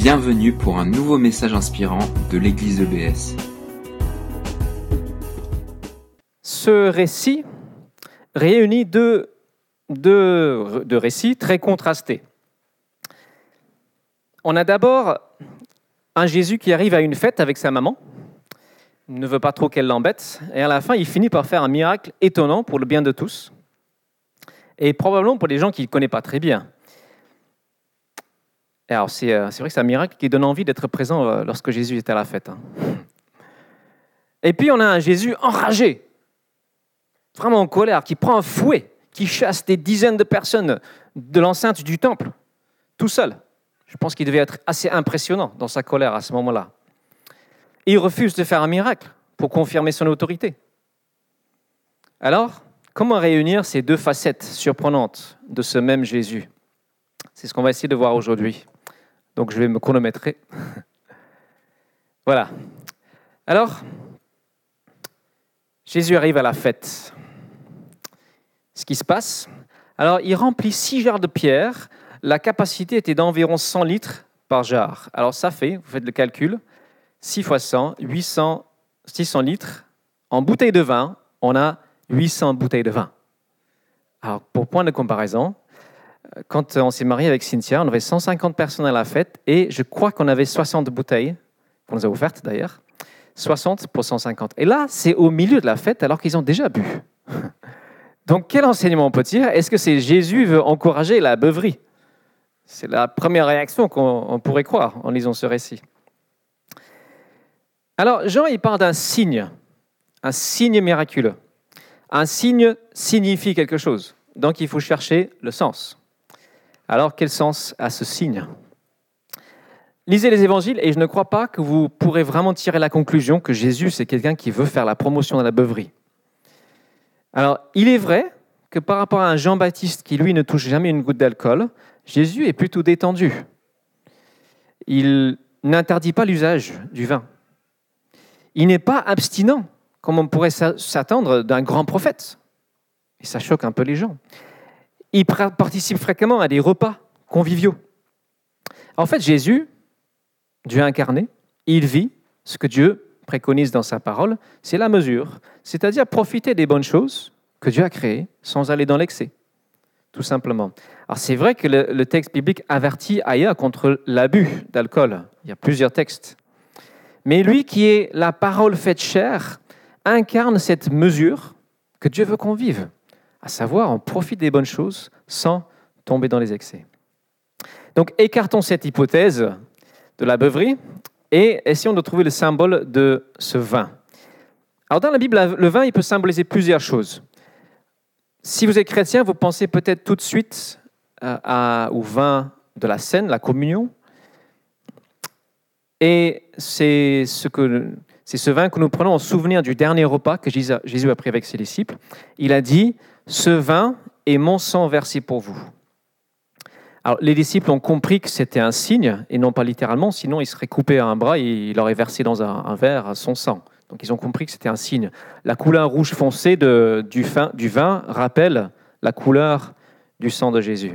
Bienvenue pour un nouveau message inspirant de l'Église EBS. Ce récit réunit deux récits très contrastés. On a d'abord un Jésus qui arrive à une fête avec sa maman, ne veut pas trop qu'elle l'embête, et à la fin, il finit par faire un miracle étonnant pour le bien de tous, et probablement pour les gens qu'il ne connaît pas très bien. Et alors, c'est vrai que c'est un miracle qui donne envie d'être présent lorsque Jésus était à la fête. Et puis, on a un Jésus enragé, vraiment en colère, qui prend un fouet, qui chasse des dizaines de personnes de l'enceinte du temple, tout seul. Je pense qu'il devait être assez impressionnant dans sa colère à ce moment-là. Et il refuse de faire un miracle pour confirmer son autorité. Alors, comment réunir ces deux facettes surprenantes de ce même Jésus ? C'est ce qu'on va essayer de voir aujourd'hui. Donc, je vais me chronométrer. Voilà. Alors, Jésus arrive à la fête. Ce qui se passe, alors il remplit 6 jarres de pierre. La capacité était d'environ 100 litres par jarre. Alors ça fait, vous faites le calcul, 6 fois 100, 600 litres. En bouteilles de vin, on a 800 bouteilles de vin. Alors pour point de comparaison, quand on s'est marié avec Cynthia, on avait 150 personnes à la fête et je crois qu'on avait 60 bouteilles, qu'on nous a offertes d'ailleurs, 60 pour 150. Et là, c'est au milieu de la fête alors qu'ils ont déjà bu. Donc, quel enseignement on peut tirer ? Est-ce que c'est Jésus veut encourager la beuverie ? C'est la première réaction qu'on pourrait croire en lisant ce récit. Alors, Jean, il parle d'un signe miraculeux. Un signe signifie quelque chose, donc il faut chercher le sens. Alors, quel sens a ce signe ? Lisez les évangiles et je ne crois pas que vous pourrez vraiment tirer la conclusion que Jésus, c'est quelqu'un qui veut faire la promotion de la beuverie. Alors, il est vrai que par rapport à un Jean-Baptiste qui, lui, ne touche jamais une goutte d'alcool, Jésus est plutôt détendu. Il n'interdit pas l'usage du vin. Il n'est pas abstinent, comme on pourrait s'attendre d'un grand prophète. Et ça choque un peu les gens. Il participe fréquemment à des repas conviviaux. En fait, Jésus, Dieu incarné, il vit ce que Dieu préconise dans sa parole, c'est la mesure, c'est-à-dire profiter des bonnes choses que Dieu a créées sans aller dans l'excès, tout simplement. Alors c'est vrai que le texte biblique avertit ailleurs contre l'abus d'alcool. Il y a plusieurs textes. Mais lui qui est la parole faite chair, incarne cette mesure que Dieu veut qu'on vive, à savoir on profite des bonnes choses sans tomber dans les excès. Donc écartons cette hypothèse de la beuverie et essayons de trouver le symbole de ce vin. Alors dans la Bible, le vin, il peut symboliser plusieurs choses. Si vous êtes chrétien, vous pensez peut-être tout de suite au vin de la Seine, la communion. Et c'est ce vin que nous prenons en souvenir du dernier repas que Jésus a pris avec ses disciples. Il a dit « Ce vin est mon sang versé pour vous ». Alors, les disciples ont compris que c'était un signe, et non pas littéralement, sinon ils seraient coupés à un bras et il aurait versé dans un verre son sang. Donc ils ont compris que c'était un signe. La couleur rouge foncé du vin rappelle la couleur du sang de Jésus.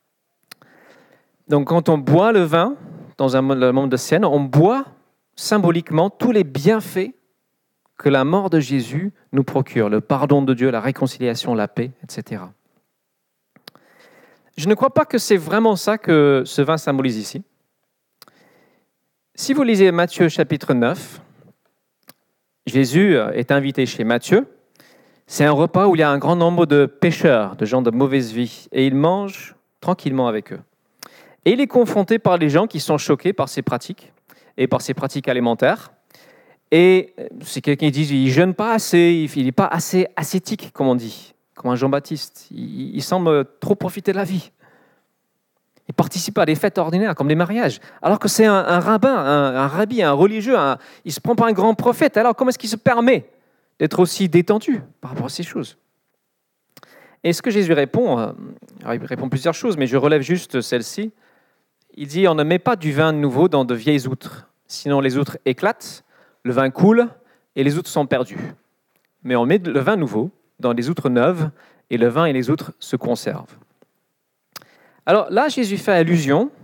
Donc quand on boit le vin, dans le moment de scène, on boit symboliquement tous les bienfaits que la mort de Jésus nous procure, le pardon de Dieu, la réconciliation, la paix, etc. Je ne crois pas que c'est vraiment ça que ce vin symbolise ici. Si vous lisez Matthieu chapitre 9, Jésus est invité chez Matthieu. C'est un repas où il y a un grand nombre de pécheurs, de gens de mauvaise vie, et il mange tranquillement avec eux. Et il est confronté par les gens qui sont choqués par ses pratiques et par ses pratiques alimentaires. Et c'est quelqu'un qui dit qu'il ne jeûne pas assez, il n'est pas assez ascétique, comme on dit. Comme un Jean-Baptiste. Il semble trop profiter de la vie. Il participe à des fêtes ordinaires, comme des mariages. Alors que c'est un rabbin, un rabbi, un religieux. Il ne se prend pas un grand prophète. Alors comment est-ce qu'il se permet d'être aussi détendu par rapport à ces choses ? Et ce que Jésus répond, il répond plusieurs choses, mais je relève juste celle-ci. Il dit, on ne met pas du vin nouveau dans de vieilles outres. Sinon les outres éclatent, le vin coule et les outres sont perdues. Mais on met le vin nouveau dans des outres neuves, et le vin et les outres se conservent. Alors là, Jésus fait allusion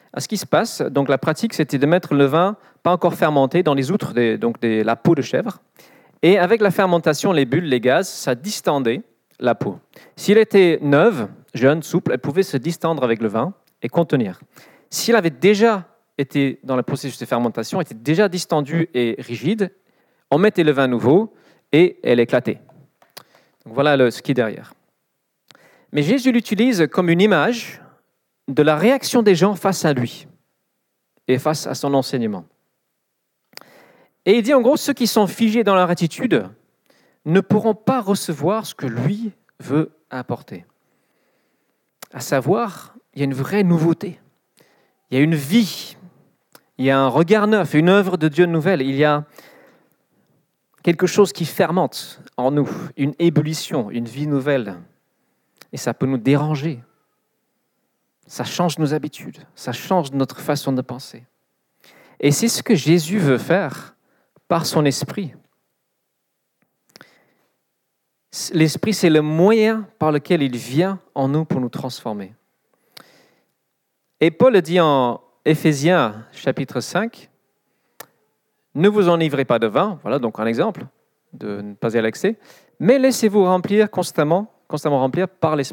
à ce qui se passe. Donc la pratique, c'était de mettre le vin pas encore fermenté dans les outres, la peau de chèvre. Et avec la fermentation, les bulles, les gaz, ça distendait la peau. S'il était neuve, jeune, souple, elle pouvait se distendre avec le vin et contenir. S'il avait déjà été dans le processus de fermentation, était déjà distendu et rigide, on mettait le vin nouveau et elle éclatait. Donc voilà ce qui est derrière. Mais Jésus l'utilise comme une image de la réaction des gens face à lui et face à son enseignement. Et il dit en gros, ceux qui sont figés dans leur attitude ne pourront pas recevoir ce que lui veut apporter. À savoir, il y a une vraie nouveauté, il y a une vie, il y a un regard neuf, une œuvre de Dieu nouvelle, il y a quelque chose qui fermente en nous, une ébullition, une vie nouvelle. Et ça peut nous déranger. Ça change nos habitudes, ça change notre façon de penser. Et c'est ce que Jésus veut faire par son esprit. L'esprit, c'est le moyen par lequel il vient en nous pour nous transformer. Et Paul dit en Éphésiens chapitre 5, « Ne vous enivrez pas de vin », voilà donc un exemple de ne pas y aller à l'excès, « mais laissez-vous remplir constamment remplir par l'esprit ».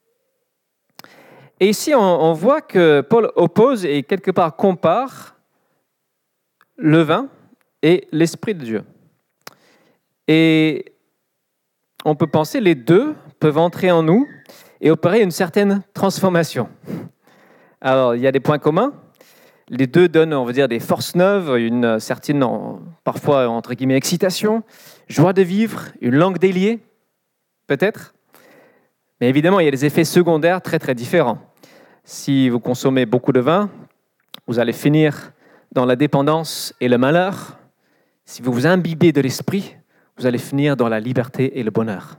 Et ici, on voit que Paul oppose et quelque part compare le vin et l'Esprit de Dieu. Et on peut penser que les deux peuvent entrer en nous et opérer une certaine transformation. Alors, il y a des points communs. Les deux donnent, on va dire, des forces neuves, une certaine, parfois, entre guillemets, excitation, joie de vivre, une langue déliée, peut-être. Mais évidemment, il y a des effets secondaires très, très différents. Si vous consommez beaucoup de vin, vous allez finir dans la dépendance et le malheur. Si vous vous imbibez de l'esprit, vous allez finir dans la liberté et le bonheur.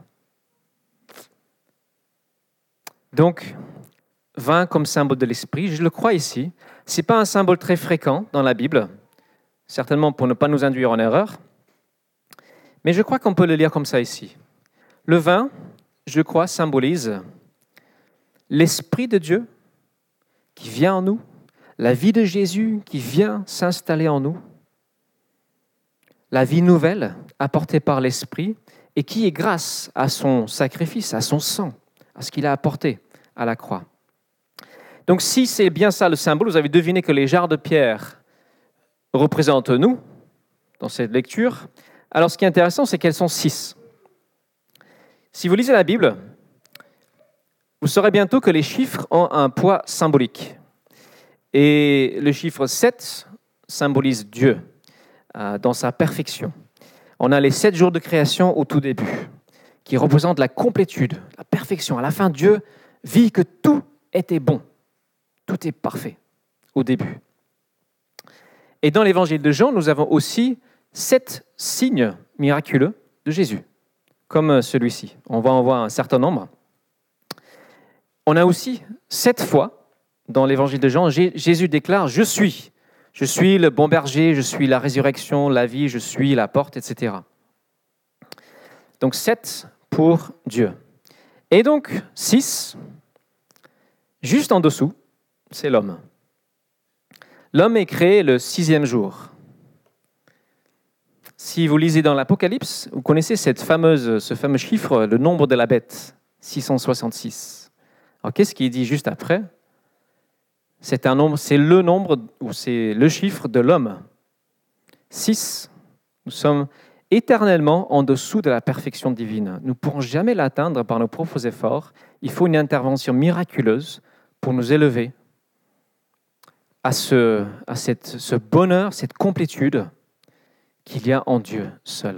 Donc, vin comme symbole de l'esprit, je le crois ici. Ce n'est pas un symbole très fréquent dans la Bible, certainement pour ne pas nous induire en erreur, mais je crois qu'on peut le lire comme ça ici. Le vin, je crois, symbolise l'Esprit de Dieu qui vient en nous, la vie de Jésus qui vient s'installer en nous, la vie nouvelle apportée par l'Esprit et qui est grâce à son sacrifice, à son sang, à ce qu'il a apporté à la croix. Donc si c'est bien ça le symbole, vous avez deviné que les jarres de pierre représentent nous dans cette lecture. Alors ce qui est intéressant, c'est qu'elles sont 6. Si vous lisez la Bible, vous saurez bientôt que les chiffres ont un poids symbolique. Et le chiffre 7 symbolise Dieu dans sa perfection. On a les 7 jours de création au tout début, qui représentent la complétude, la perfection. À la fin, Dieu vit que tout était bon, tout est parfait au début. Et dans l'évangile de Jean, nous avons aussi 7 signes miraculeux de Jésus, comme celui-ci. On va en voir un certain nombre. On a aussi 7 fois, dans l'évangile de Jean, Jésus déclare « Je suis le bon berger, je suis la résurrection, la vie, je suis la porte, etc. » Donc 7 pour Dieu. Et donc 6, juste en dessous, c'est l'homme. L'homme est créé le 6e jour. Si vous lisez dans l'Apocalypse, vous connaissez ce fameux chiffre, le nombre de la bête, 666. Alors qu'est-ce qu'il dit juste après ? C'est le nombre, ou c'est le chiffre de l'homme. 6, nous sommes éternellement en dessous de la perfection divine. Nous ne pourrons jamais l'atteindre par nos propres efforts. Il faut une intervention miraculeuse pour nous élever à ce bonheur, cette complétude qu'il y a en Dieu seul.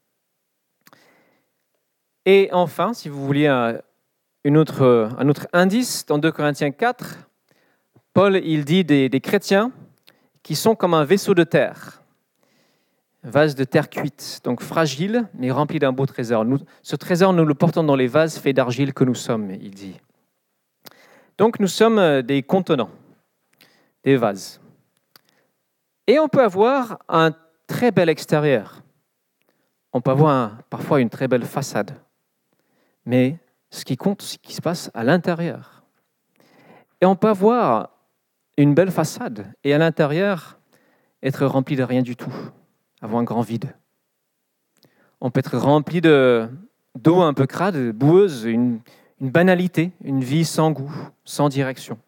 Et enfin, si vous vouliez un autre indice, dans 2 Corinthiens 4, Paul il dit des chrétiens qui sont comme un vaisseau de terre, vase de terre cuite, donc fragile, mais rempli d'un beau trésor. Ce trésor, nous le portons dans les vases faits d'argile que nous sommes, il dit. Donc nous sommes des contenants, des vases. Et on peut avoir un très bel extérieur. On peut avoir parfois une très belle façade. Mais ce qui compte, c'est ce qui se passe à l'intérieur. Et on peut avoir une belle façade et à l'intérieur, être rempli de rien du tout, avoir un grand vide. On peut être rempli d'eau un peu crade, boueuse, une banalité, une vie sans goût, sans direction.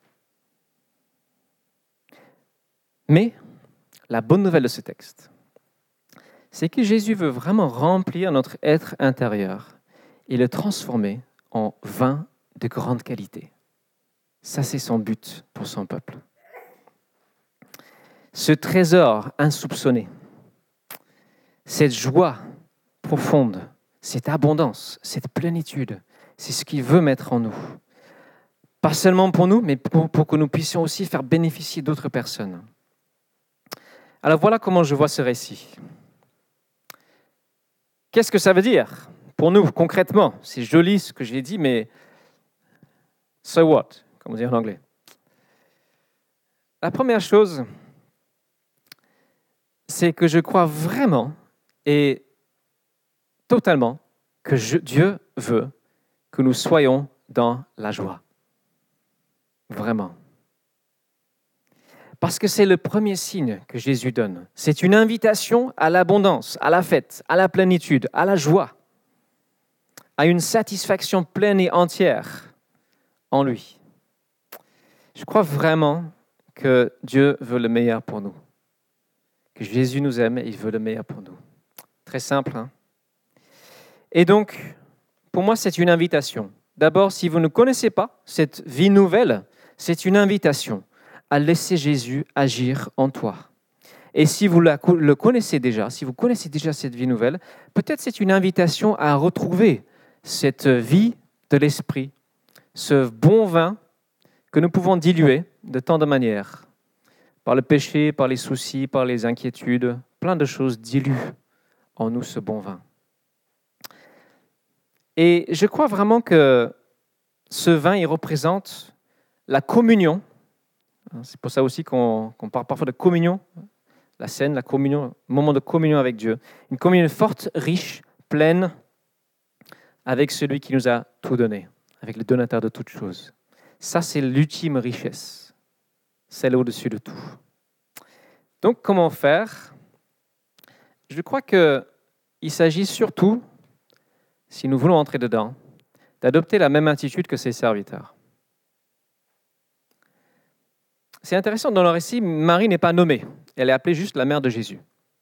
Mais la bonne nouvelle de ce texte, c'est que Jésus veut vraiment remplir notre être intérieur et le transformer en vin de grande qualité. Ça, c'est son but pour son peuple. Ce trésor insoupçonné, cette joie profonde, cette abondance, cette plénitude, c'est ce qu'il veut mettre en nous. Pas seulement pour nous, mais pour que nous puissions aussi faire bénéficier d'autres personnes. Alors voilà comment je vois ce récit. Qu'est-ce que ça veut dire pour nous concrètement? C'est joli ce que j'ai dit, mais so what, comme on dit en anglais. La première chose, c'est que je crois vraiment et totalement que Dieu veut que nous soyons dans la joie. Vraiment. Parce que c'est le premier signe que Jésus donne. C'est une invitation à l'abondance, à la fête, à la plénitude, à la joie, à une satisfaction pleine et entière en lui. Je crois vraiment que Dieu veut le meilleur pour nous. Que Jésus nous aime et il veut le meilleur pour nous. Très simple, hein? Et donc, pour moi, c'est une invitation. D'abord, si vous ne connaissez pas cette vie nouvelle, c'est une invitation à laisser Jésus agir en toi. Et si vous le connaissez déjà, si vous connaissez déjà cette vie nouvelle, peut-être c'est une invitation à retrouver cette vie de l'esprit, ce bon vin que nous pouvons diluer de tant de manières, par le péché, par les soucis, par les inquiétudes, plein de choses diluent en nous ce bon vin. Et je crois vraiment que ce vin, il représente la communion. C'est pour ça aussi qu'on parle parfois de communion, la scène, la communion, le moment de communion avec Dieu. Une communion forte, riche, pleine, avec celui qui nous a tout donné, avec le donateur de toutes choses. Ça, c'est l'ultime richesse, celle au-dessus de tout. Donc, comment faire? Je crois qu'il s'agit surtout, si nous voulons entrer dedans, d'adopter la même attitude que ses serviteurs. C'est intéressant, dans le récit, Marie n'est pas nommée. Elle est appelée juste la mère de Jésus.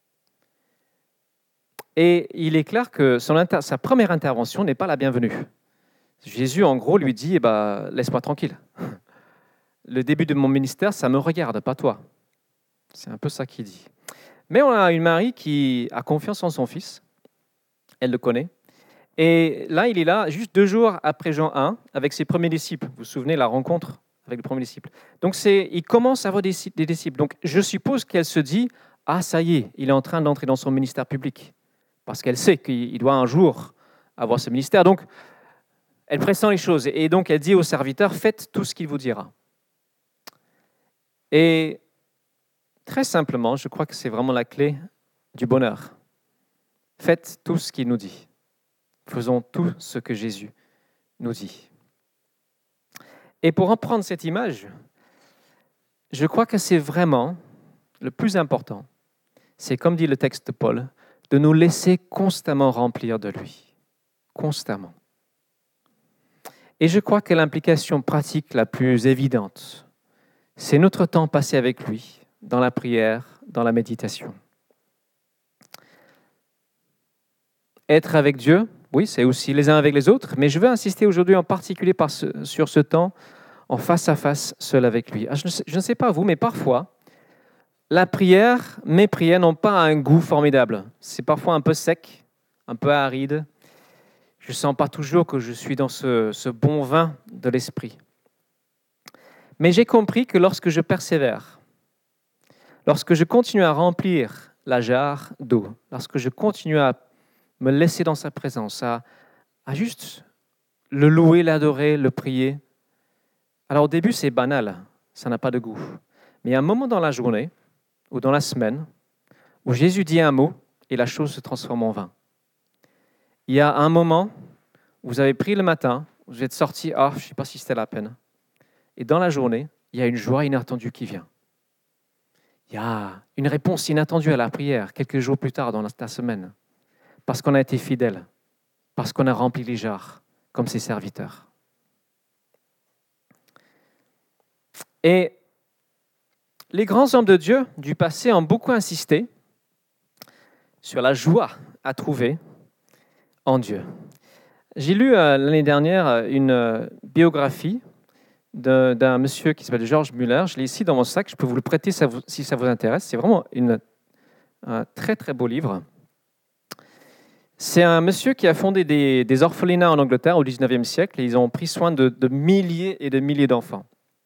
Et il est clair que sa première intervention n'est pas la bienvenue. Jésus, en gros, lui dit laisse-moi tranquille. Le début de mon ministère, ça me regarde, pas toi. C'est un peu ça qu'il dit. Mais on a une Marie qui a confiance en son fils. Elle le connaît. Et là, il est là juste 2 jours après Jean 1 avec ses premiers disciples. Vous vous souvenez, la rencontre avec le premier disciple. Donc, il commence à avoir des disciples. Donc, je suppose qu'elle se dit, ah, ça y est, il est en train d'entrer dans son ministère public. Parce qu'elle sait qu'il doit un jour avoir ce ministère. Donc, elle pressent les choses. Et donc, elle dit aux serviteurs, faites tout ce qu'il vous dira. Et très simplement, je crois que c'est vraiment la clé du bonheur. Faites tout ce qu'il nous dit. Faisons tout ce que Jésus nous dit. Et pour reprendre cette image, je crois que c'est vraiment le plus important. C'est, comme dit le texte de Paul, de nous laisser constamment remplir de lui. Constamment. Et je crois que l'implication pratique la plus évidente, c'est notre temps passé avec lui, dans la prière, dans la méditation. Être avec Dieu, oui, c'est aussi les uns avec les autres, mais je veux insister aujourd'hui en particulier sur ce temps en face à face, seul avec lui. Je ne sais pas vous, mais parfois, mes prières n'ont pas un goût formidable. C'est parfois un peu sec, un peu aride. Je ne sens pas toujours que je suis dans ce bon vin de l'esprit. Mais j'ai compris que lorsque je persévère, lorsque je continue à remplir la jarre d'eau, lorsque je continue à me laisser dans sa présence, à juste le louer, l'adorer, le prier. Alors au début, c'est banal, ça n'a pas de goût. Mais il y a un moment dans la journée ou dans la semaine où Jésus dit un mot et la chose se transforme en vin. Il y a un moment où vous avez pris le matin, vous êtes sorti, je ne sais pas si c'était la peine. Et dans la journée, il y a une joie inattendue qui vient. Il y a une réponse inattendue à la prière quelques jours plus tard dans la semaine, parce qu'on a été fidèle, parce qu'on a rempli les jarres comme ses serviteurs. Et les grands hommes de Dieu du passé ont beaucoup insisté sur la joie à trouver en Dieu. J'ai lu l'année dernière une biographie d'un monsieur qui s'appelle George Muller. Je l'ai ici dans mon sac, je peux vous le prêter si ça vous intéresse. C'est vraiment un très très beau livre. C'est un monsieur qui a fondé des orphelinats en Angleterre au XIXe siècle et ils ont pris soin de milliers et de milliers d'enfants.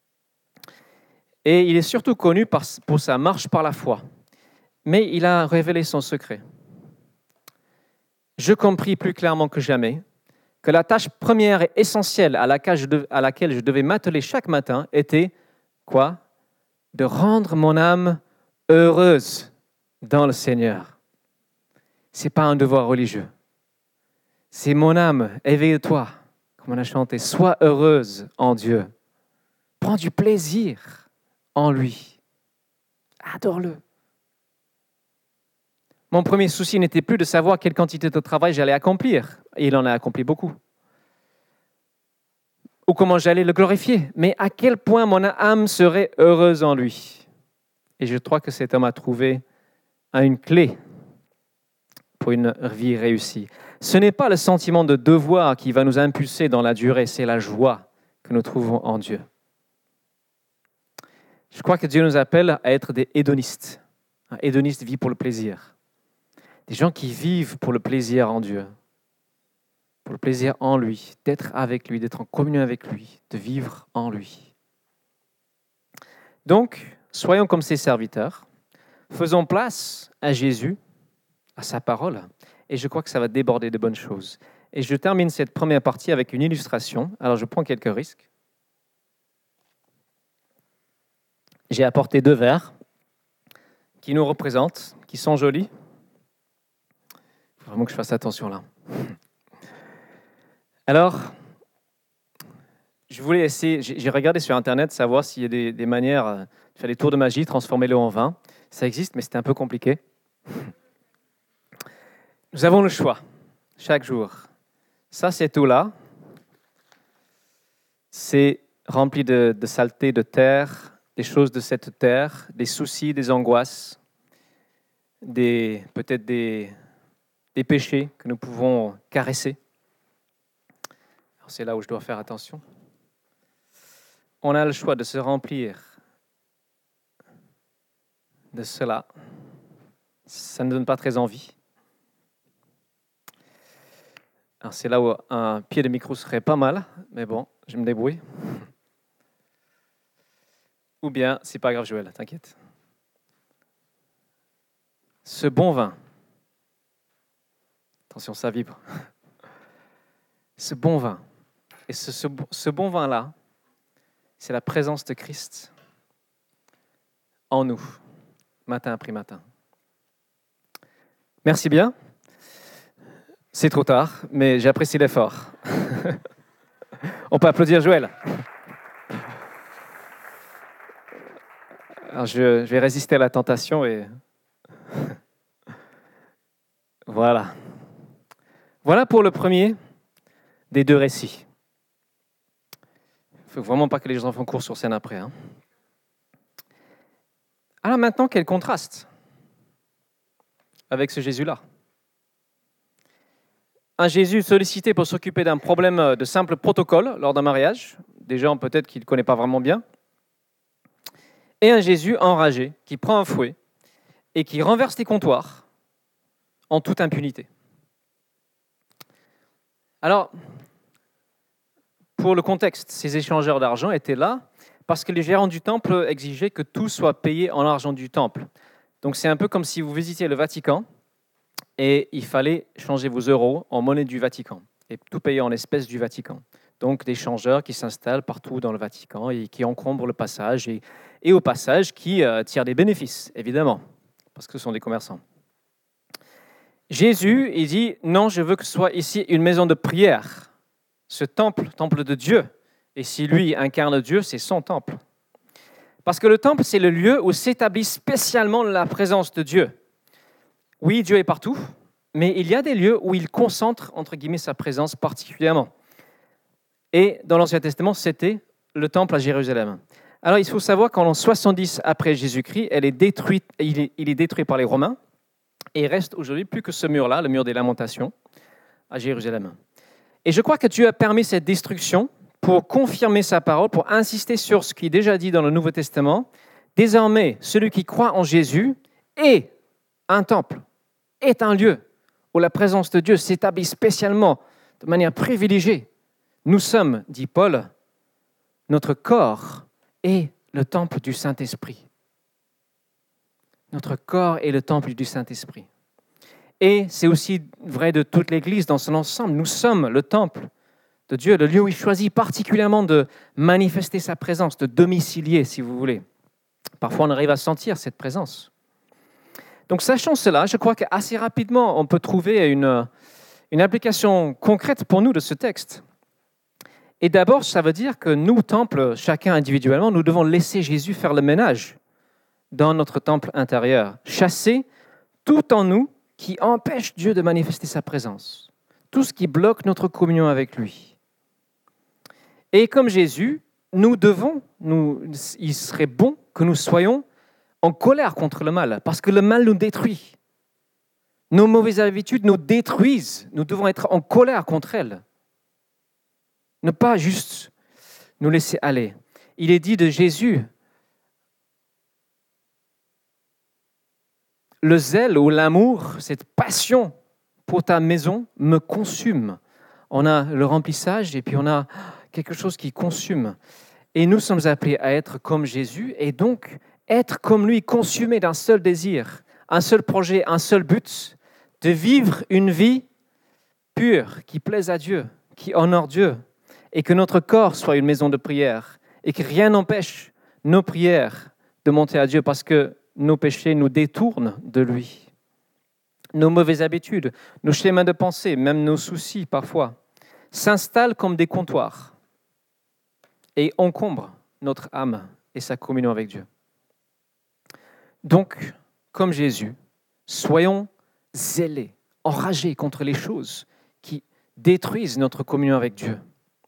Et il est surtout connu pour sa marche par la foi. Mais il a révélé son secret. Je compris plus clairement que jamais que la tâche première et essentielle à laquelle je devais m'atteler chaque matin était quoi? De rendre mon âme heureuse dans le Seigneur. Ce n'est pas un devoir religieux. C'est mon âme, éveille-toi, comme on a chanté, sois heureuse en Dieu. Prends du plaisir en lui. Adore-le. Mon premier souci n'était plus de savoir quelle quantité de travail j'allais accomplir, et il en a accompli beaucoup, ou comment j'allais le glorifier, mais à quel point mon âme serait heureuse en lui. Et je crois que cet homme a trouvé une clé pour une vie réussie. Ce n'est pas le sentiment de devoir qui va nous impulser dans la durée, c'est la joie que nous trouvons en Dieu. Je crois que Dieu nous appelle à être des hédonistes. Un hédoniste vit pour le plaisir. Des gens qui vivent pour le plaisir en Dieu, pour le plaisir en lui, d'être avec lui, d'être en communion avec lui, de vivre en lui. Donc, soyons comme ses serviteurs, faisons place à Jésus, à sa parole, et je crois que ça va déborder de bonnes choses. Et je termine cette première partie avec une illustration. Alors, je prends quelques risques. J'ai apporté 2 verres qui nous représentent, qui sont jolis. Il faut vraiment que je fasse attention là. Alors, je voulais essayer, j'ai regardé sur Internet, savoir s'il y a des manières de faire des tours de magie, transformer l'eau en vin. Ça existe, mais c'était un peu compliqué. Nous avons le choix, chaque jour. Ça, cette eau-là, c'est rempli de saleté, de terre, des choses de cette terre, des soucis, des angoisses, peut-être des péchés que nous pouvons caresser. Alors, c'est là où je dois faire attention. On a le choix de se remplir de cela. Ça ne donne pas très envie. Alors, c'est là où un pied de micro serait pas mal, mais bon, je me débrouille. Ou bien, c'est pas grave, Joël, t'inquiète. Ce bon vin, attention, ça vibre. Ce bon vin, et ce bon vin-là, c'est la présence de Christ en nous, matin après matin. Merci bien. C'est trop tard, mais j'apprécie l'effort. On peut applaudir Joël. Alors je vais résister à la tentation et voilà. Voilà pour le premier des 2 récits. Il ne faut vraiment pas que les enfants courent sur scène après. Alors maintenant, quel contraste avec ce Jésus-là. Un Jésus sollicité pour s'occuper d'un problème de simple protocole lors d'un mariage, des gens peut-être qu'il ne connaît pas vraiment bien, et un Jésus enragé qui prend un fouet et qui renverse les comptoirs en toute impunité. Alors, pour le contexte, ces échangeurs d'argent étaient là parce que les gérants du temple exigeaient que tout soit payé en argent du temple. Donc c'est un peu comme si vous visitiez le Vatican et il fallait changer vos euros en monnaie du Vatican et tout payer en espèces du Vatican. Donc des changeurs qui s'installent partout dans le Vatican et qui encombrent le passage et au passage qui tirent des bénéfices, évidemment, parce que ce sont des commerçants. Jésus, il dit, non, je veux que ce soit ici une maison de prière, ce temple de Dieu. Et si lui incarne Dieu, c'est son temple. Parce que le temple, c'est le lieu où s'établit spécialement la présence de Dieu. Oui, Dieu est partout, mais il y a des lieux où il concentre, entre guillemets, sa présence particulièrement. Et dans l'Ancien Testament, c'était le temple à Jérusalem. Alors, il faut savoir qu'en l'an 70 après Jésus-Christ, il est détruit par les Romains, et il reste aujourd'hui plus que ce mur-là, le mur des Lamentations, à Jérusalem. Et je crois que Dieu a permis cette destruction pour confirmer sa parole, pour insister sur ce qui est déjà dit dans le Nouveau Testament. Désormais, celui qui croit en Jésus est un temple, est un lieu où la présence de Dieu s'établit spécialement, de manière privilégiée. Nous sommes, dit Paul, notre corps est le temple du Saint-Esprit. Notre corps est le temple du Saint-Esprit. Et c'est aussi vrai de toute l'Église dans son ensemble. Nous sommes le temple de Dieu, le lieu où il choisit particulièrement de manifester sa présence, de domicilier, si vous voulez. Parfois, on arrive à sentir cette présence. Donc, sachant cela, je crois qu'assez rapidement, on peut trouver une application concrète pour nous de ce texte. Et d'abord, ça veut dire que nous, temple, chacun individuellement, nous devons laisser Jésus faire le ménage dans notre temple intérieur, chasser tout en nous qui empêche Dieu de manifester sa présence, tout ce qui bloque notre communion avec lui. Et comme Jésus, il serait bon que nous soyons en colère contre le mal, parce que le mal nous détruit. Nos mauvaises habitudes nous détruisent. Nous devons être en colère contre elles. Ne pas juste nous laisser aller. Il est dit de Jésus, le zèle ou l'amour, cette passion pour ta maison me consume. On a le remplissage et puis on a quelque chose qui consume. Et nous sommes appelés à être comme Jésus et donc être comme lui, consumé d'un seul désir, un seul projet, un seul but, de vivre une vie pure qui plaise à Dieu, qui honore Dieu, et que notre corps soit une maison de prière, et que rien n'empêche nos prières de monter à Dieu parce que nos péchés nous détournent de lui. Nos mauvaises habitudes, nos schémas de pensée, même nos soucis parfois, s'installent comme des comptoirs et encombrent notre âme et sa communion avec Dieu. Donc, comme Jésus, soyons zélés, enragés contre les choses qui détruisent notre communion avec Dieu.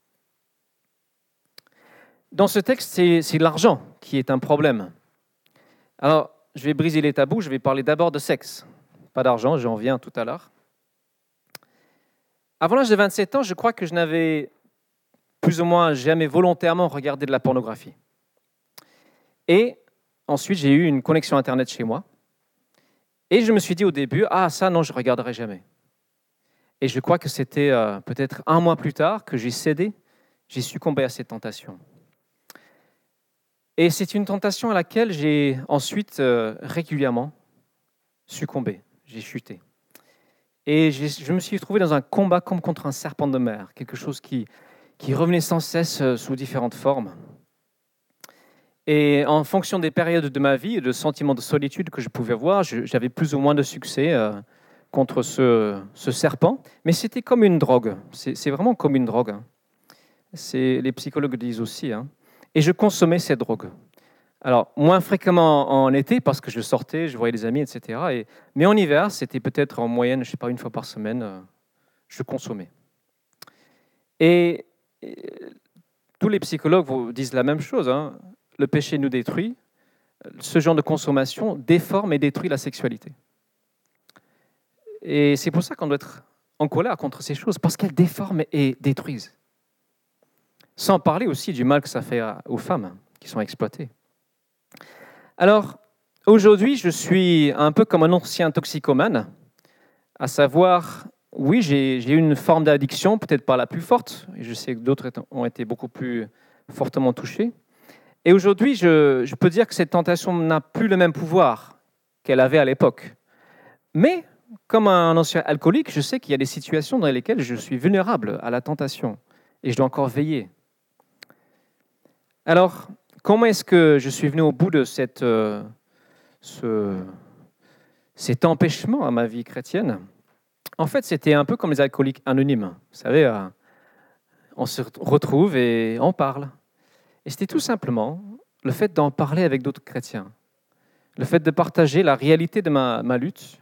Dans ce texte, c'est l'argent qui est un problème. Alors, je vais briser les tabous, je vais parler d'abord de sexe. Pas d'argent, j'en viens tout à l'heure. Avant l'âge de 27 ans, je crois que je n'avais plus ou moins jamais volontairement regardé de la pornographie. Et ensuite, j'ai eu une connexion Internet chez moi. Et je me suis dit au début, ça non, je ne regarderai jamais. Et je crois que c'était peut-être un mois plus tard que j'ai cédé, j'ai succombé à cette tentation. Et c'est une tentation à laquelle j'ai ensuite régulièrement succombé, j'ai chuté. Et je me suis trouvé dans un combat comme contre un serpent de mer, quelque chose qui revenait sans cesse sous différentes formes. Et en fonction des périodes de ma vie et de sentiments de solitude que je pouvais avoir, j'avais plus ou moins de succès contre ce serpent. Mais c'était comme une drogue, c'est vraiment comme une drogue. Les psychologues disent aussi. Et je consommais cette drogue. Alors, moins fréquemment en été, parce que je sortais, je voyais des amis, etc. Mais en hiver, c'était peut-être en moyenne, je ne sais pas, une fois par semaine, je consommais. Et tous les psychologues vous disent la même chose. Le péché nous détruit. Ce genre de consommation déforme et détruit la sexualité. Et c'est pour ça qu'on doit être en colère contre ces choses, parce qu'elles déforment et détruisent. Sans parler aussi du mal que ça fait aux femmes qui sont exploitées. Alors, aujourd'hui, je suis un peu comme un ancien toxicomane, à savoir, oui, j'ai une forme d'addiction, peut-être pas la plus forte, et je sais que d'autres ont été beaucoup plus fortement touchés. Et aujourd'hui, je peux dire que cette tentation n'a plus le même pouvoir qu'elle avait à l'époque. Mais, comme un ancien alcoolique, je sais qu'il y a des situations dans lesquelles je suis vulnérable à la tentation, et je dois encore veiller. Alors, comment est-ce que je suis venu au bout de cet empêchement à ma vie chrétienne? En fait, c'était un peu comme les alcooliques anonymes. Vous savez, on se retrouve et on parle. Et c'était tout simplement le fait d'en parler avec d'autres chrétiens, le fait de partager la réalité de ma lutte,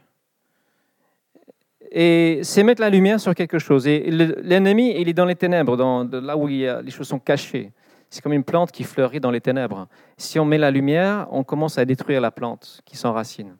et c'est mettre la lumière sur quelque chose. Et l'ennemi, il est dans les ténèbres, là où les choses sont cachées. C'est comme une plante qui fleurit dans les ténèbres. Si on met la lumière, on commence à détruire la plante qui s'enracine.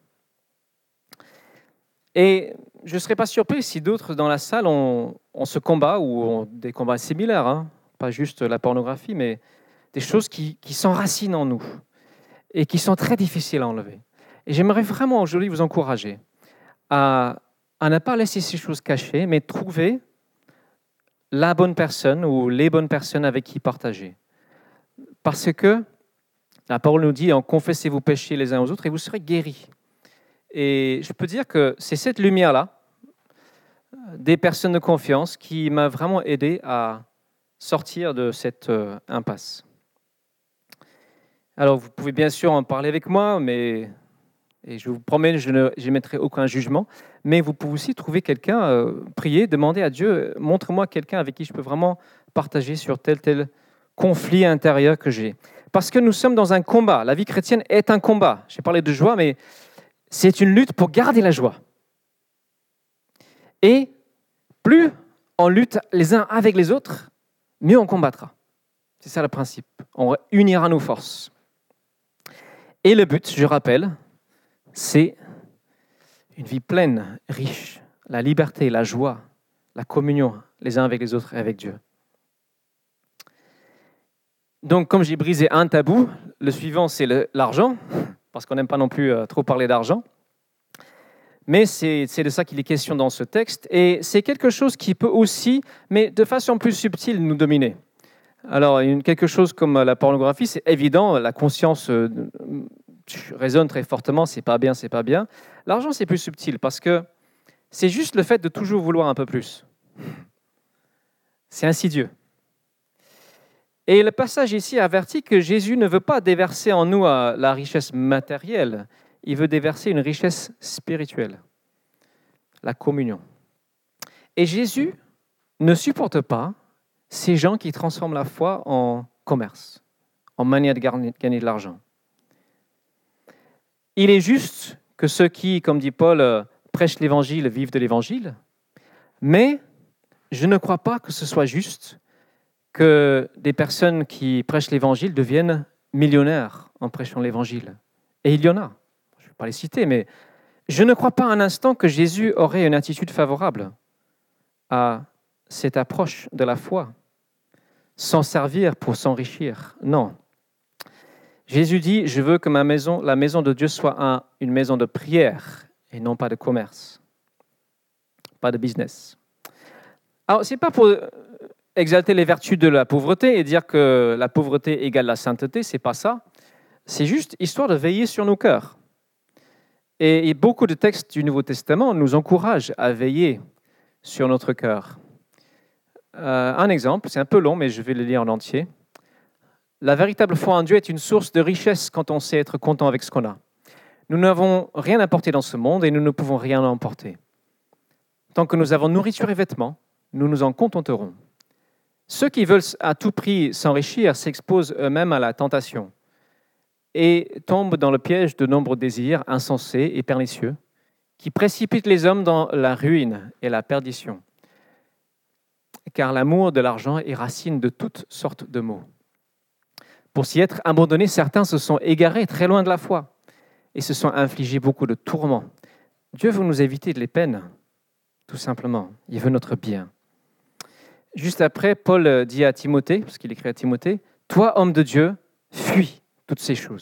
Et je ne serais pas surpris si d'autres dans la salle ont ce combat, ou ont des combats similaires, hein, pas juste la pornographie, mais des choses qui s'enracinent en nous et qui sont très difficiles à enlever. Et j'aimerais vraiment aujourd'hui vous encourager à ne pas laisser ces choses cachées, mais trouver la bonne personne ou les bonnes personnes avec qui partager. Parce que la parole nous dit « confessez vos péchés les uns aux autres et vous serez guéris ». Et je peux dire que c'est cette lumière-là, des personnes de confiance, qui m'a vraiment aidé à sortir de cette impasse. Alors, vous pouvez bien sûr en parler avec moi, et je vous promets, je n'émettrai aucun jugement, mais vous pouvez aussi trouver quelqu'un, prier, demander à Dieu, montre-moi quelqu'un avec qui je peux vraiment partager sur tel conflit intérieur que j'ai. Parce que nous sommes dans un combat. La vie chrétienne est un combat. J'ai parlé de joie, mais c'est une lutte pour garder la joie. Et plus on lutte les uns avec les autres, mieux on combattra. C'est ça le principe. On unira nos forces. Et le but, je rappelle, c'est une vie pleine, riche, la liberté, la joie, la communion les uns avec les autres et avec Dieu. Donc, comme j'ai brisé un tabou, le suivant, c'est l'argent, parce qu'on n'aime pas non plus trop parler d'argent. Mais c'est de ça qu'il est question dans ce texte. Et c'est quelque chose qui peut aussi, mais de façon plus subtile, nous dominer. Alors, quelque chose comme la pornographie, c'est évident, la conscience résonne très fortement, c'est pas bien, c'est pas bien. L'argent, c'est plus subtil, parce que c'est juste le fait de toujours vouloir un peu plus. C'est insidieux. Et le passage ici avertit que Jésus ne veut pas déverser en nous la richesse matérielle, il veut déverser une richesse spirituelle, la communion. Et Jésus ne supporte pas ces gens qui transforment la foi en commerce, en manière de gagner de l'argent. Il est juste que ceux qui, comme dit Paul, prêchent l'Évangile vivent de l'Évangile, mais je ne crois pas que ce soit juste que des personnes qui prêchent l'Évangile deviennent millionnaires en prêchant l'Évangile. Et il y en a. Je ne vais pas les citer, mais je ne crois pas un instant que Jésus aurait une attitude favorable à cette approche de la foi, s'en servir pour s'enrichir. Non. Jésus dit, je veux que la maison de Dieu soit une maison de prière et non pas de commerce, pas de business. Alors, ce n'est pas pour exalter les vertus de la pauvreté et dire que la pauvreté égale la sainteté, ce n'est pas ça. C'est juste histoire de veiller sur nos cœurs. Et beaucoup de textes du Nouveau Testament nous encouragent à veiller sur notre cœur. Un exemple, c'est un peu long, mais je vais le lire en entier. La véritable foi en Dieu est une source de richesse quand on sait être content avec ce qu'on a. Nous n'avons rien à porter dans ce monde et nous ne pouvons rien emporter. Tant que nous avons nourriture et vêtements, nous nous en contenterons. Ceux qui veulent à tout prix s'enrichir s'exposent eux-mêmes à la tentation et tombent dans le piège de nombreux désirs insensés et pernicieux qui précipitent les hommes dans la ruine et la perdition. Car l'amour de l'argent est racine de toutes sortes de maux. Pour s'y être abandonnés, certains se sont égarés très loin de la foi et se sont infligés beaucoup de tourments. Dieu veut nous éviter les peines, tout simplement. Il veut notre bien. Juste après, Paul dit à Timothée, parce qu'il écrit à Timothée, « Toi, homme de Dieu, fuis toutes ces choses. »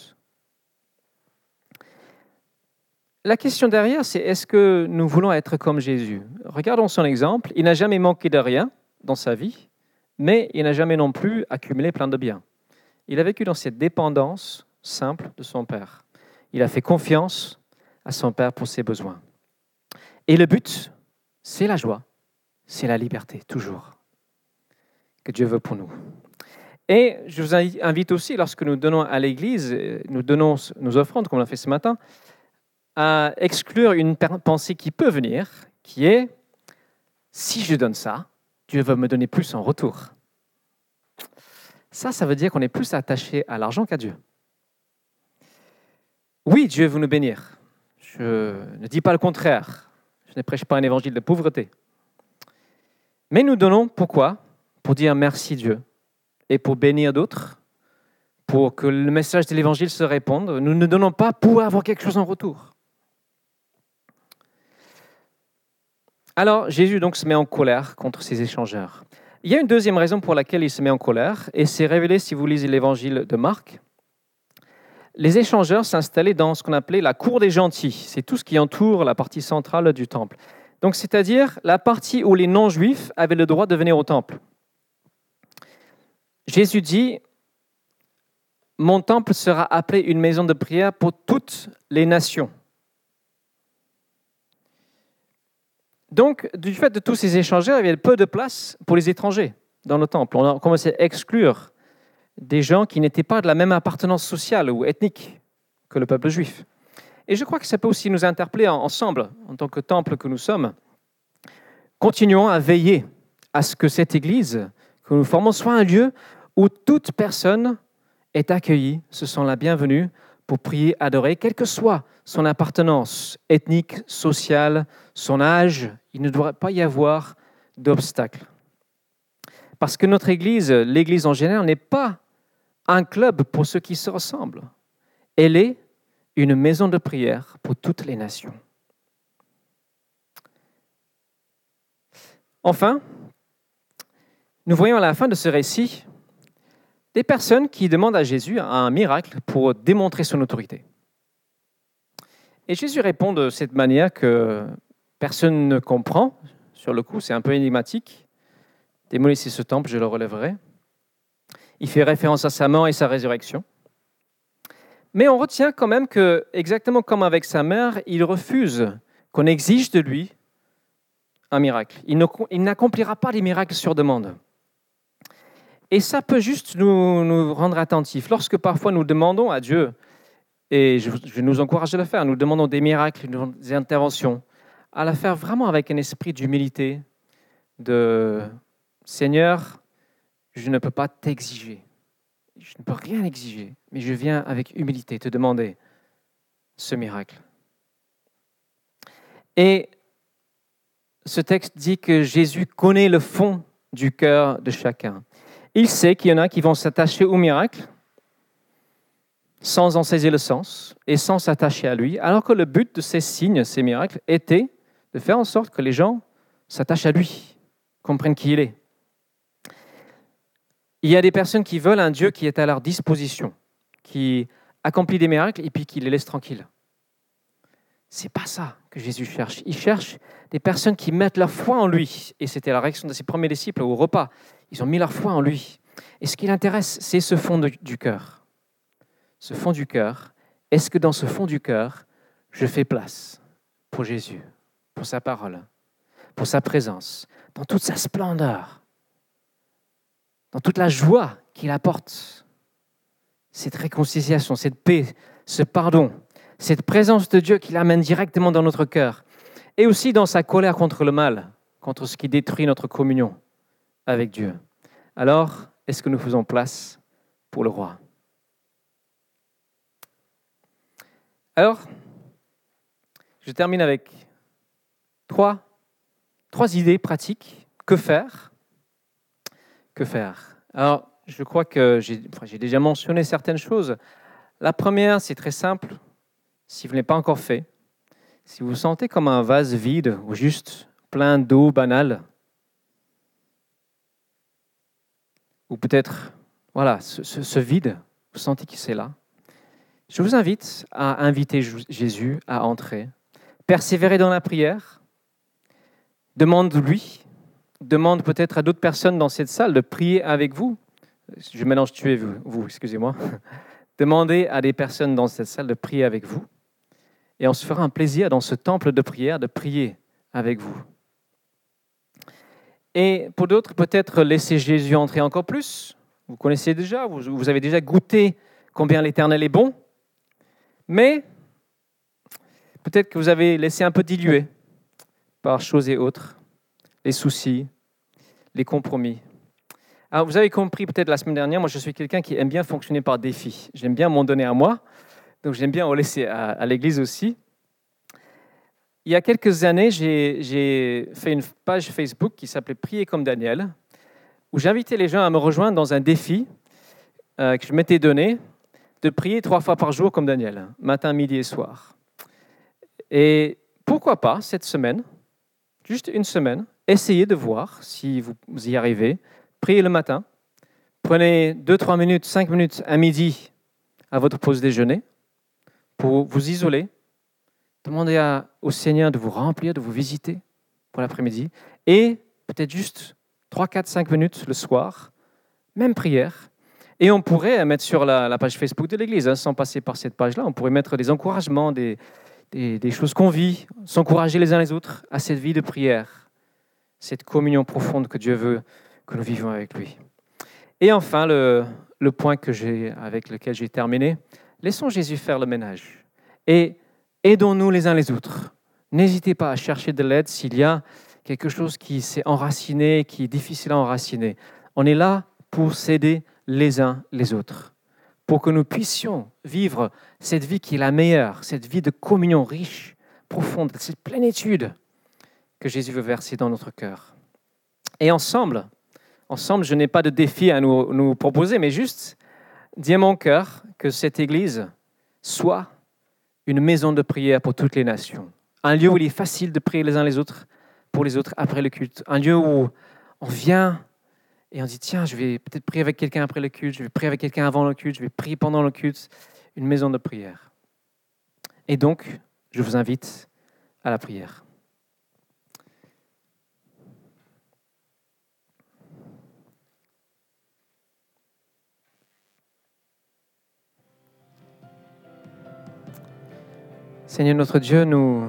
La question derrière, c'est est-ce que nous voulons être comme Jésus ? Regardons son exemple. Il n'a jamais manqué de rien dans sa vie, mais il n'a jamais non plus accumulé plein de biens. Il a vécu dans cette dépendance simple de son Père. Il a fait confiance à son Père pour ses besoins. Et le but, c'est la joie, c'est la liberté, toujours, que Dieu veut pour nous. Et je vous invite aussi, lorsque nous donnons à l'Église, nous donnons nos offrandes, comme on l'a fait ce matin, à exclure une pensée qui peut venir, qui est « si je donne ça, Dieu va me donner plus en retour ». Ça veut dire qu'on est plus attaché à l'argent qu'à Dieu. Oui, Dieu veut nous bénir. Je ne dis pas le contraire. Je ne prêche pas un évangile de pauvreté. Mais nous donnons pourquoi? Pour dire merci Dieu et pour bénir d'autres, pour que le message de l'évangile se répande. Nous ne donnons pas pour avoir quelque chose en retour. Alors Jésus donc se met en colère contre ces échangeurs. Il y a une deuxième raison pour laquelle il se met en colère, et c'est révélé si vous lisez l'évangile de Marc. Les échangeurs s'installaient dans ce qu'on appelait la cour des gentils. C'est tout ce qui entoure la partie centrale du temple. Donc, c'est-à-dire la partie où les non-juifs avaient le droit de venir au temple. Jésus dit, « Mon temple sera appelé une maison de prière pour toutes les nations. » Donc, du fait de tous ces échangeurs, il y avait peu de place pour les étrangers dans le temple. On a commencé à exclure des gens qui n'étaient pas de la même appartenance sociale ou ethnique que le peuple juif. Et je crois que ça peut aussi nous interpeller ensemble, en tant que temple que nous sommes. Continuons à veiller à ce que cette Église que nous formons soit un lieu où toute personne est accueillie, se sent la bienvenue pour prier, adorer, quelle que soit son appartenance ethnique, sociale, son âge. Il ne doit pas y avoir d'obstacle. Parce que notre Église, l'Église en général, n'est pas un club pour ceux qui se ressemblent. Elle est une maison de prière pour toutes les nations. Enfin, nous voyons à la fin de ce récit des personnes qui demandent à Jésus un miracle pour démontrer son autorité. Et Jésus répond de cette manière que personne ne comprend. Sur le coup, c'est un peu énigmatique. « Démolissez ce temple, je le relèverai ». Il fait référence à sa mort et sa résurrection. Mais on retient quand même que, exactement comme avec sa mère, il refuse qu'on exige de lui un miracle. Il n'accomplira pas des miracles sur demande. Et ça peut juste nous rendre attentifs. Lorsque parfois nous demandons à Dieu, et je nous encourage à le faire, nous demandons des miracles, des interventions, à la faire vraiment avec un esprit d'humilité, de « Seigneur, je ne peux pas t'exiger. Je ne peux rien exiger, mais je viens avec humilité te demander ce miracle. » Et ce texte dit que Jésus connaît le fond du cœur de chacun. Il sait qu'il y en a qui vont s'attacher au miracle sans en saisir le sens et sans s'attacher à lui, alors que le but de ces signes, ces miracles, était de faire en sorte que les gens s'attachent à lui, comprennent qui il est. Il y a des personnes qui veulent un Dieu qui est à leur disposition, qui accomplit des miracles et puis qui les laisse tranquilles. Ce n'est pas ça que Jésus cherche. Il cherche des personnes qui mettent leur foi en lui. Et c'était la réaction de ses premiers disciples au repas. Ils ont mis leur foi en lui. Et ce qui l'intéresse, c'est ce fond du cœur. Ce fond du cœur. Est-ce que dans ce fond du cœur, je fais place pour Jésus, pour sa parole, pour sa présence, dans toute sa splendeur, dans toute la joie qu'il apporte, cette réconciliation, cette paix, ce pardon, cette présence de Dieu qui l'amène directement dans notre cœur, et aussi dans sa colère contre le mal, contre ce qui détruit notre communion avec Dieu. Alors, est-ce que nous faisons place pour le roi? Alors, je termine avec trois idées pratiques. Que faire? Que faire? Alors, je crois que j'ai déjà mentionné certaines choses. La première, c'est très simple. Si vous ne l'avez pas encore fait, si vous vous sentez comme un vase vide ou juste plein d'eau banale, ou peut-être, voilà, ce vide, vous sentez que c'est là, je vous invite à inviter Jésus à entrer, persévérer dans la prière, demande-lui, demande peut-être à d'autres personnes dans cette salle de prier avec vous. Je mélange tu et vous, excusez-moi. Demandez à des personnes dans cette salle de prier avec vous. Et on se fera un plaisir dans ce temple de prière de prier avec vous. Et pour d'autres, peut-être laisser Jésus entrer encore plus. Vous connaissez déjà, vous avez déjà goûté combien l'Éternel est bon. Mais peut-être que vous avez laissé un peu diluer par choses et autres, les soucis, les compromis. Alors, vous avez compris peut-être la semaine dernière, moi je suis quelqu'un qui aime bien fonctionner par défi. J'aime bien m'en donner à moi. donc j'aime bien en laisser à l'église aussi. Il y a quelques années, j'ai fait une page Facebook qui s'appelait « Prier comme Daniel », où j'invitais les gens à me rejoindre dans un défi que je m'étais donné de prier 3 fois par jour comme Daniel, matin, midi et soir. Et pourquoi pas, cette semaine, juste une semaine, essayez de voir si vous y arrivez. Priez le matin, prenez 2-3 minutes, 5 minutes à midi à votre pause déjeuner pour vous isoler. Demandez au Seigneur de vous remplir, de vous visiter pour l'après-midi. Et peut-être juste 3, 4, 5 minutes le soir, même prière. Et on pourrait mettre sur la page Facebook de l'Église, sans passer par cette page-là, on pourrait mettre des encouragements, des choses qu'on vit, s'encourager les uns les autres à cette vie de prière, cette communion profonde que Dieu veut que nous vivions avec lui. Et enfin, le point avec lequel j'ai terminé, laissons Jésus faire le ménage. Et aidons-nous les uns les autres. N'hésitez pas à chercher de l'aide s'il y a quelque chose qui s'est enraciné, qui est difficile à enraciner. On est là pour s'aider les uns les autres, pour que nous puissions vivre cette vie qui est la meilleure, cette vie de communion riche, profonde, cette plénitude que Jésus veut verser dans notre cœur. Et ensemble, je n'ai pas de défi à nous proposer, mais juste dire à mon cœur que cette Église soit une maison de prière pour toutes les nations. Un lieu où il est facile de prier les uns les autres pour les autres après le culte. Un lieu où on vient et on dit, tiens, je vais peut-être prier avec quelqu'un après le culte, je vais prier avec quelqu'un avant le culte, je vais prier pendant le culte. Une maison de prière. Et donc, je vous invite à la prière. Seigneur notre Dieu, nous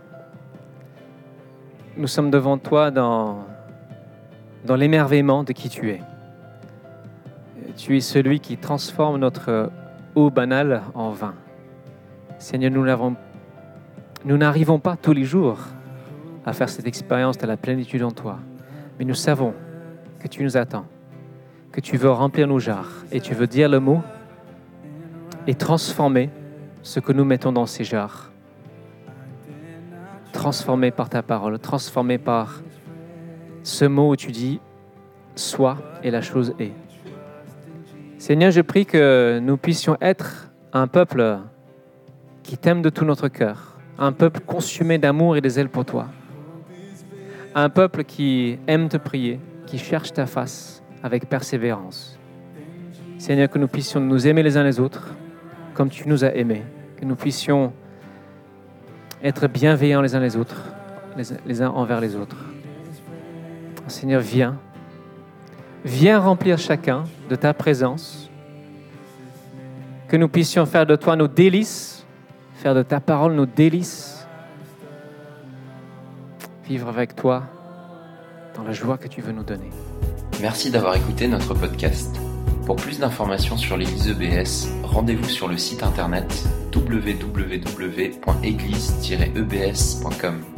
sommes devant toi dans l'émerveillement de qui tu es. Tu es celui qui transforme notre eau banale en vin. Seigneur, nous n'arrivons pas tous les jours à faire cette expérience de la plénitude en toi, mais nous savons que tu nous attends, que tu veux remplir nos jarres et tu veux dire le mot et transformer ce que nous mettons dans ces jarres. Transformé par ta parole, transformé par ce mot où tu dis « sois » et la chose est. Seigneur, je prie que nous puissions être un peuple qui t'aime de tout notre cœur, un peuple consumé d'amour et de zèle pour toi, un peuple qui aime te prier, qui cherche ta face avec persévérance. Seigneur, que nous puissions nous aimer les uns les autres comme tu nous as aimés, que nous puissions être bienveillants les uns les autres, les uns envers les autres. Seigneur, viens remplir chacun de ta présence, que nous puissions faire de toi nos délices, faire de ta parole nos délices, vivre avec toi dans la joie que tu veux nous donner. Merci d'avoir écouté notre podcast. Pour plus d'informations sur l'Église EBS, rendez-vous sur le site internet www.église-ebs.com.